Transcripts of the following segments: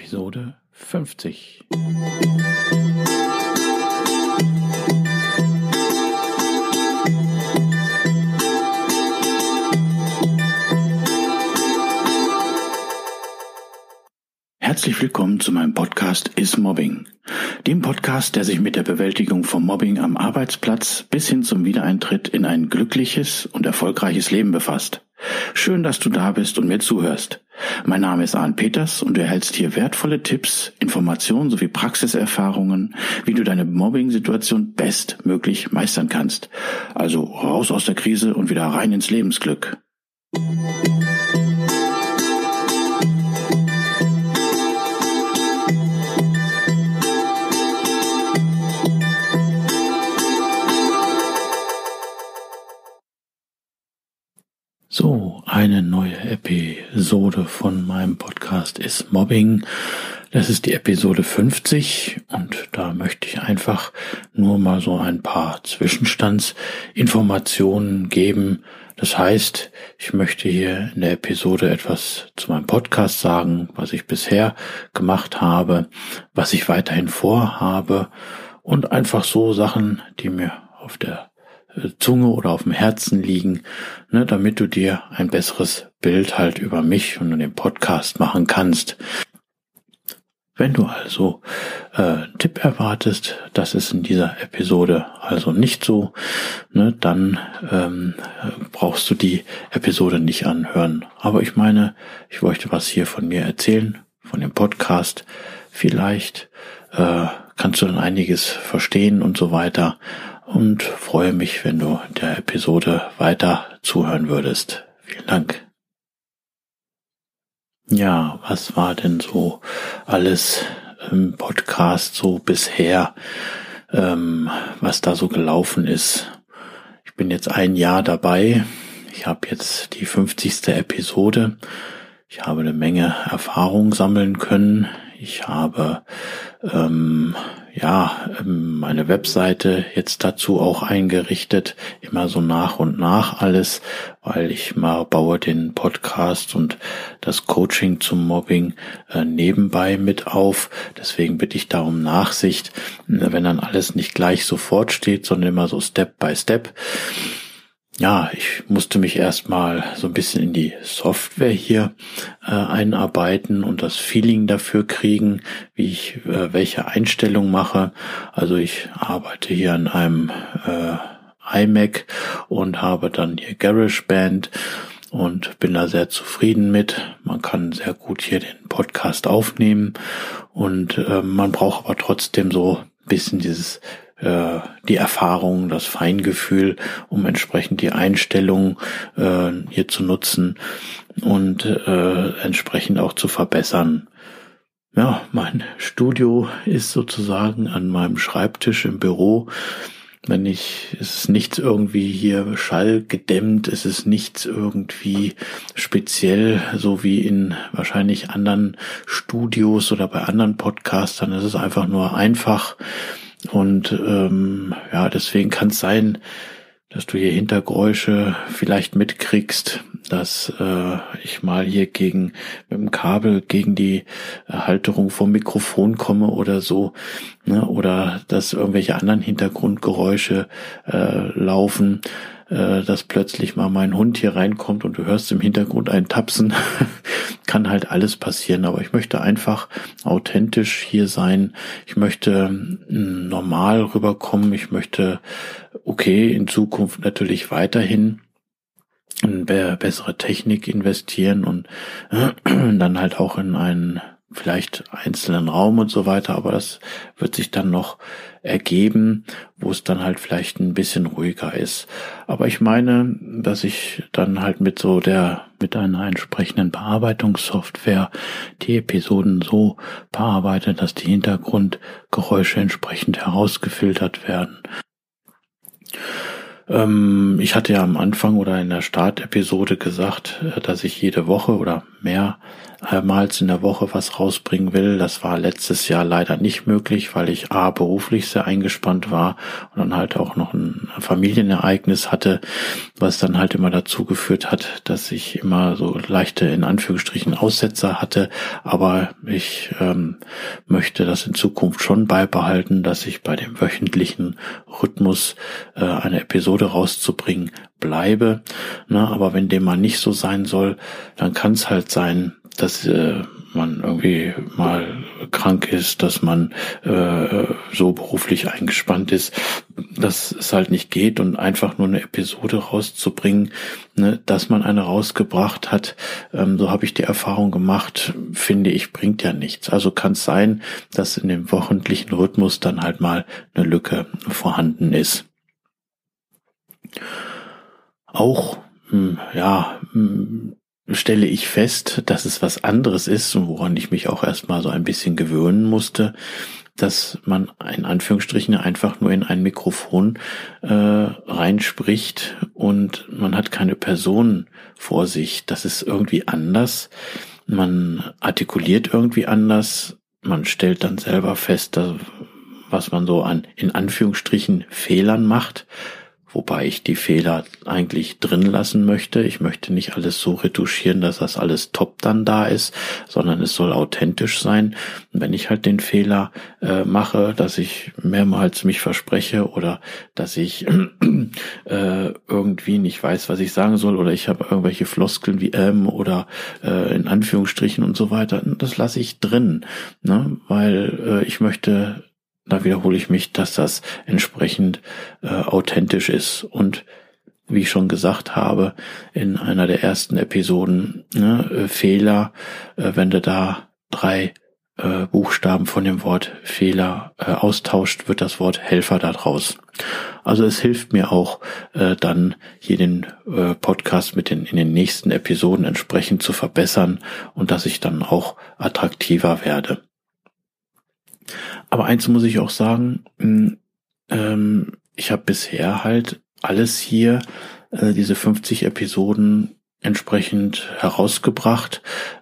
Episode 50. Herzlich willkommen zu meinem Podcast Is Mobbing, dem Podcast, der sich mit der Bewältigung von Mobbing am Arbeitsplatz bis hin zum Wiedereintritt in ein glückliches und erfolgreiches Leben befasst. Schön, dass du da bist und mir zuhörst. Mein Name ist Arne Peters und du erhältst hier wertvolle Tipps, Informationen sowie Praxiserfahrungen, wie du deine Mobbing-Situation bestmöglich meistern kannst. Also raus aus der Krise und wieder rein ins Lebensglück. So, eine neue Episode von meinem Podcast Is Mobbing. Das ist die Episode 50 und da möchte ich einfach nur mal so ein paar Zwischenstandsinformationen geben. Das heißt, ich möchte hier in der Episode etwas zu meinem Podcast sagen, was ich bisher gemacht habe, was ich weiterhin vorhabe und einfach so Sachen, die mir auf der Zunge oder auf dem Herzen liegen, damit du dir ein besseres Bild halt über mich und den Podcast machen kannst. Wenn du also einen Tipp erwartest, das ist in dieser Episode also nicht so, dann brauchst du die Episode nicht anhören. Aber ich meine, ich möchte was hier von mir erzählen, von dem Podcast. Vielleicht kannst du dann einiges verstehen und so weiter. Und freue mich, wenn du der Episode weiter zuhören würdest. Vielen Dank. Ja, was war denn so alles im Podcast so bisher, was da so gelaufen ist? Ich bin jetzt ein Jahr dabei. Ich habe jetzt die 50. Episode. Ich habe eine Menge Erfahrung sammeln können. Ich habe meine Webseite jetzt dazu auch eingerichtet, immer so nach und nach alles, weil ich baue den Podcast und das Coaching zum Mobbing nebenbei mit auf. Deswegen bitte ich da um Nachsicht, wenn dann alles nicht gleich sofort steht, sondern immer so Step by Step. Ja, ich musste mich erstmal so ein bisschen in die Software hier einarbeiten und das Feeling dafür kriegen, wie ich welche Einstellung mache. Also ich arbeite hier an einem iMac und habe dann hier GarageBand und bin da sehr zufrieden mit. Man kann sehr gut hier den Podcast aufnehmen und man braucht aber trotzdem so ein bisschen die Erfahrung, das Feingefühl, um entsprechend die Einstellungen hier zu nutzen und entsprechend auch zu verbessern. Ja, mein Studio ist sozusagen an meinem Schreibtisch im Büro. Es ist nichts irgendwie hier schallgedämmt, es ist nichts irgendwie speziell, so wie in wahrscheinlich anderen Studios oder bei anderen Podcastern. Es ist einfach nur einfach. Und deswegen kann es sein, dass du hier Hintergeräusche vielleicht mitkriegst, dass ich mal hier mit dem Kabel gegen die Halterung vom Mikrofon komme oder so, oder dass irgendwelche anderen Hintergrundgeräusche laufen, dass plötzlich mal mein Hund hier reinkommt und du hörst im Hintergrund ein Tapsen. Kann halt alles passieren, aber ich möchte einfach authentisch hier sein. Ich möchte normal rüberkommen. Ich möchte, in Zukunft natürlich weiterhin in bessere Technik investieren und dann halt auch in einen vielleicht einzelnen Raum und so weiter, aber das wird sich dann noch ergeben, wo es dann halt vielleicht ein bisschen ruhiger ist. Aber ich meine, dass ich dann halt mit einer entsprechenden Bearbeitungssoftware die Episoden so bearbeite, dass die Hintergrundgeräusche entsprechend herausgefiltert werden. Ich hatte ja am Anfang oder in der Startepisode gesagt, dass ich jede Woche oder mehr mehrmals in der Woche was rausbringen will. Das war letztes Jahr leider nicht möglich, weil ich beruflich sehr eingespannt war und dann halt auch noch ein Familienereignis hatte, was dann halt immer dazu geführt hat, dass ich immer so leichte, in Anführungsstrichen, Aussetzer hatte. Aber ich möchte das in Zukunft schon beibehalten, dass ich bei dem wöchentlichen Rhythmus eine Episode rauszubringen bleibe. Aber wenn dem mal nicht so sein soll, dann kann es halt sein, dass man irgendwie mal krank ist, dass man so beruflich eingespannt ist, dass es halt nicht geht und einfach nur eine Episode rauszubringen, dass man eine rausgebracht hat, so habe ich die Erfahrung gemacht, finde ich, bringt ja nichts. Also kann es sein, dass in dem wöchentlichen Rhythmus dann halt mal eine Lücke vorhanden ist. Auch, stelle ich fest, dass es was anderes ist und woran ich mich auch erstmal so ein bisschen gewöhnen musste, dass man in Anführungsstrichen einfach nur in ein Mikrofon reinspricht und man hat keine Person vor sich. Das ist irgendwie anders. Man artikuliert irgendwie anders. Man stellt dann selber fest, was man so an in Anführungsstrichen Fehlern macht. Wobei ich die Fehler eigentlich drin lassen möchte. Ich möchte nicht alles so retuschieren, dass das alles top dann da ist, sondern es soll authentisch sein. Und wenn ich halt den Fehler mache, dass ich mehrmals mich verspreche oder dass ich irgendwie nicht weiß, was ich sagen soll oder ich habe irgendwelche Floskeln wie oder in Anführungsstrichen und so weiter, das lasse ich drin, weil ich möchte, da wiederhole ich mich, dass das entsprechend authentisch ist. Und wie ich schon gesagt habe, in einer der ersten Episoden, Fehler, wenn du da 3 Buchstaben von dem Wort Fehler austauscht, wird das Wort Helfer da draus. Also es hilft mir auch dann hier den Podcast in den nächsten Episoden entsprechend zu verbessern und dass ich dann auch attraktiver werde. Aber eins muss ich auch sagen, ich habe bisher halt alles hier, diese 50 Episoden entsprechend herausgebracht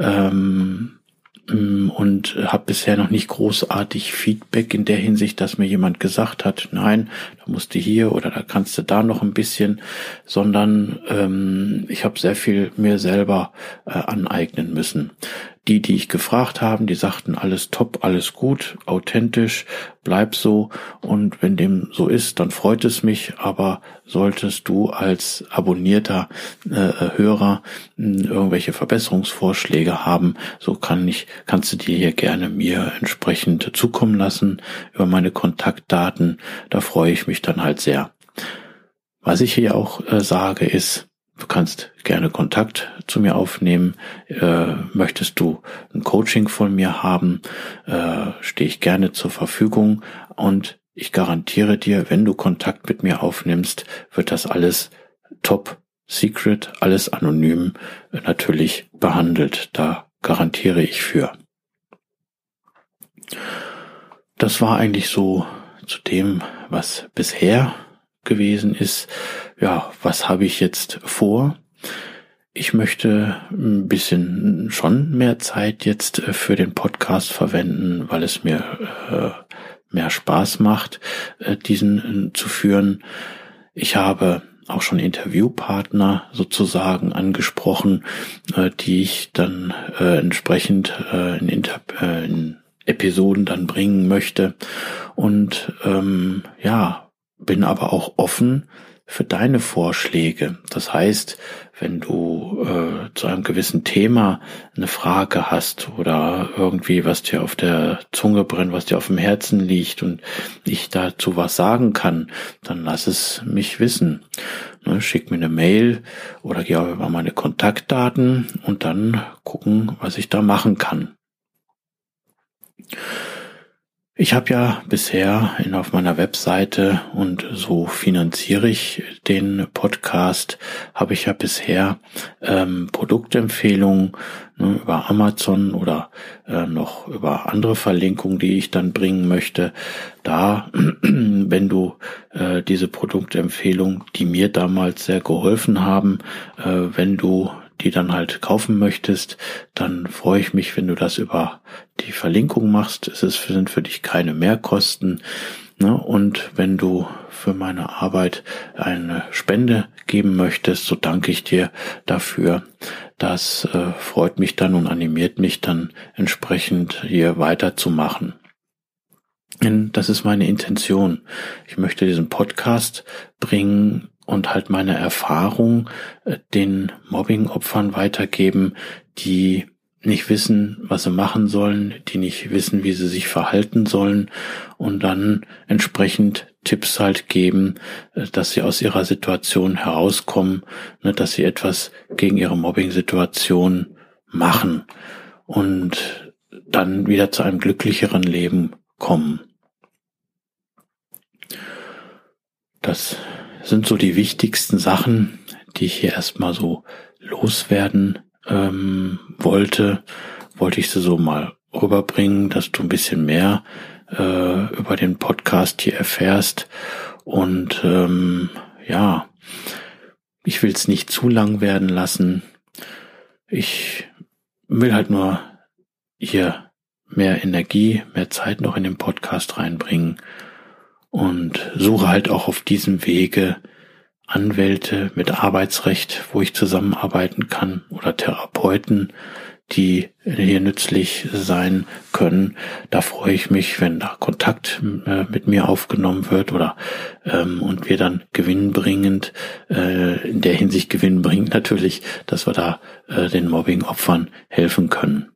und habe bisher noch nicht großartig Feedback in der Hinsicht, dass mir jemand gesagt hat, nein, da musst du hier oder da kannst du da noch ein bisschen, sondern ich habe sehr viel mir selber aneignen müssen. Die ich gefragt haben, die sagten, alles top, alles gut, authentisch, bleib so. Und wenn dem so ist, dann freut es mich. Aber solltest du als abonnierter Hörer irgendwelche Verbesserungsvorschläge haben, so kannst du die hier gerne mir entsprechend zukommen lassen über meine Kontaktdaten. Da freue ich mich dann halt sehr. Was ich hier auch sage ist, du kannst gerne Kontakt zu mir aufnehmen. Möchtest du ein Coaching von mir haben, stehe ich gerne zur Verfügung. Und ich garantiere dir, wenn du Kontakt mit mir aufnimmst, wird das alles top secret, alles anonym natürlich behandelt. Da garantiere ich für. Das war eigentlich so zu dem, was bisher gewesen ist. Ja, was habe ich jetzt vor? Ich möchte ein bisschen schon mehr Zeit jetzt für den Podcast verwenden, weil es mir mehr Spaß macht, diesen zu führen. Ich habe auch schon Interviewpartner sozusagen angesprochen, die ich dann entsprechend in Episoden dann bringen möchte. Und bin aber auch offen für deine Vorschläge. Das heißt, wenn du zu einem gewissen Thema eine Frage hast oder irgendwie was dir auf der Zunge brennt, was dir auf dem Herzen liegt und ich dazu was sagen kann, dann lass es mich wissen. Schick mir eine Mail oder geh über meine Kontaktdaten und dann gucken, was ich da machen kann. Ich habe ja bisher auf meiner Webseite, und so finanziere ich den Podcast, habe ich ja bisher Produktempfehlungen über Amazon oder noch über andere Verlinkungen, die ich dann bringen möchte. Da, wenn du diese Produktempfehlung, die mir damals sehr geholfen haben, wenn du die dann halt kaufen möchtest, dann freue ich mich, wenn du das über die Verlinkung machst. Sind für dich keine Mehrkosten. Ne? Und wenn du für meine Arbeit eine Spende geben möchtest, so danke ich dir dafür. Das freut mich dann und animiert mich dann entsprechend hier weiterzumachen. Denn das ist meine Intention. Ich möchte diesen Podcast bringen und halt meine Erfahrung den Mobbing-Opfern weitergeben, die nicht wissen, was sie machen sollen, die nicht wissen, wie sie sich verhalten sollen und dann entsprechend Tipps halt geben, dass sie aus ihrer Situation herauskommen, dass sie etwas gegen ihre Mobbing-Situation machen und dann wieder zu einem glücklicheren Leben kommen. Das sind so die wichtigsten Sachen, die ich hier erstmal so loswerden wollte ich sie so mal rüberbringen, dass du ein bisschen mehr über den Podcast hier erfährst. Und ich will es nicht zu lang werden lassen. Ich will halt nur hier mehr Energie, mehr Zeit noch in den Podcast reinbringen und suche halt auch auf diesem Wege Anwälte mit Arbeitsrecht, wo ich zusammenarbeiten kann, oder Therapeuten, die hier nützlich sein können. Da freue ich mich, wenn da Kontakt mit mir aufgenommen wird oder und wir dann gewinnbringend, in der Hinsicht gewinnbringend natürlich, dass wir da den Mobbing-Opfern helfen können.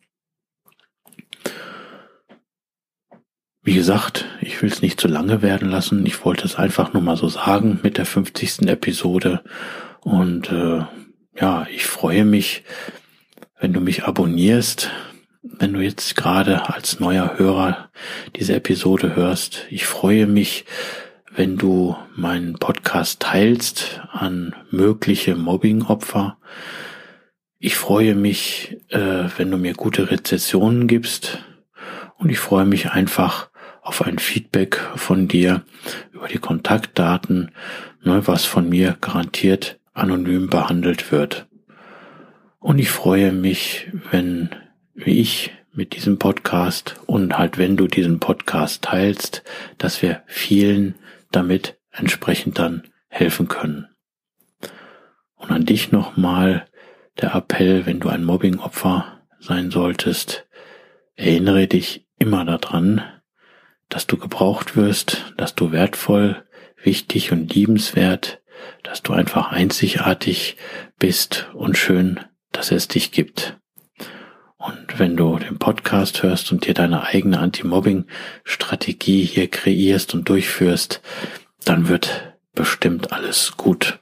Wie gesagt, ich will es nicht zu lange werden lassen. Ich wollte es einfach nur mal so sagen mit der 50. Episode. Und ich freue mich, wenn du mich abonnierst, wenn du jetzt gerade als neuer Hörer diese Episode hörst. Ich freue mich, wenn du meinen Podcast teilst an mögliche Mobbing-Opfer. Ich freue mich, wenn du mir gute Rezensionen gibst. Und ich freue mich einfach auf ein Feedback von dir über die Kontaktdaten, was von mir garantiert anonym behandelt wird. Und ich freue mich, wie ich mit diesem Podcast und halt wenn du diesen Podcast teilst, dass wir vielen damit entsprechend dann helfen können. Und an dich nochmal der Appell, wenn du ein Mobbing-Opfer sein solltest, erinnere dich immer daran, dass du gebraucht wirst, dass du wertvoll, wichtig und liebenswert, dass du einfach einzigartig bist und schön, dass es dich gibt. Und wenn du den Podcast hörst und dir deine eigene Anti-Mobbing-Strategie hier kreierst und durchführst, dann wird bestimmt alles gut.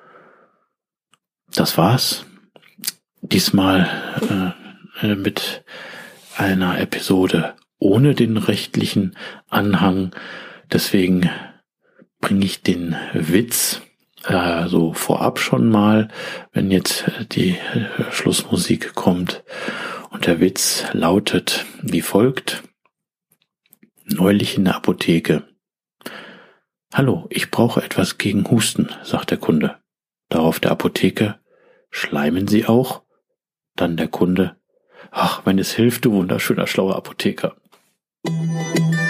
Das war's. Diesmal mit einer Episode ohne den rechtlichen Anhang. Deswegen bringe ich den Witz so vorab schon mal, wenn jetzt die Schlussmusik kommt. Und der Witz lautet wie folgt. Neulich in der Apotheke. Hallo, ich brauche etwas gegen Husten, sagt der Kunde. Darauf der Apotheker. Schleimen Sie auch? Dann der Kunde. Ach, wenn es hilft, du wunderschöner, schlauer Apotheker.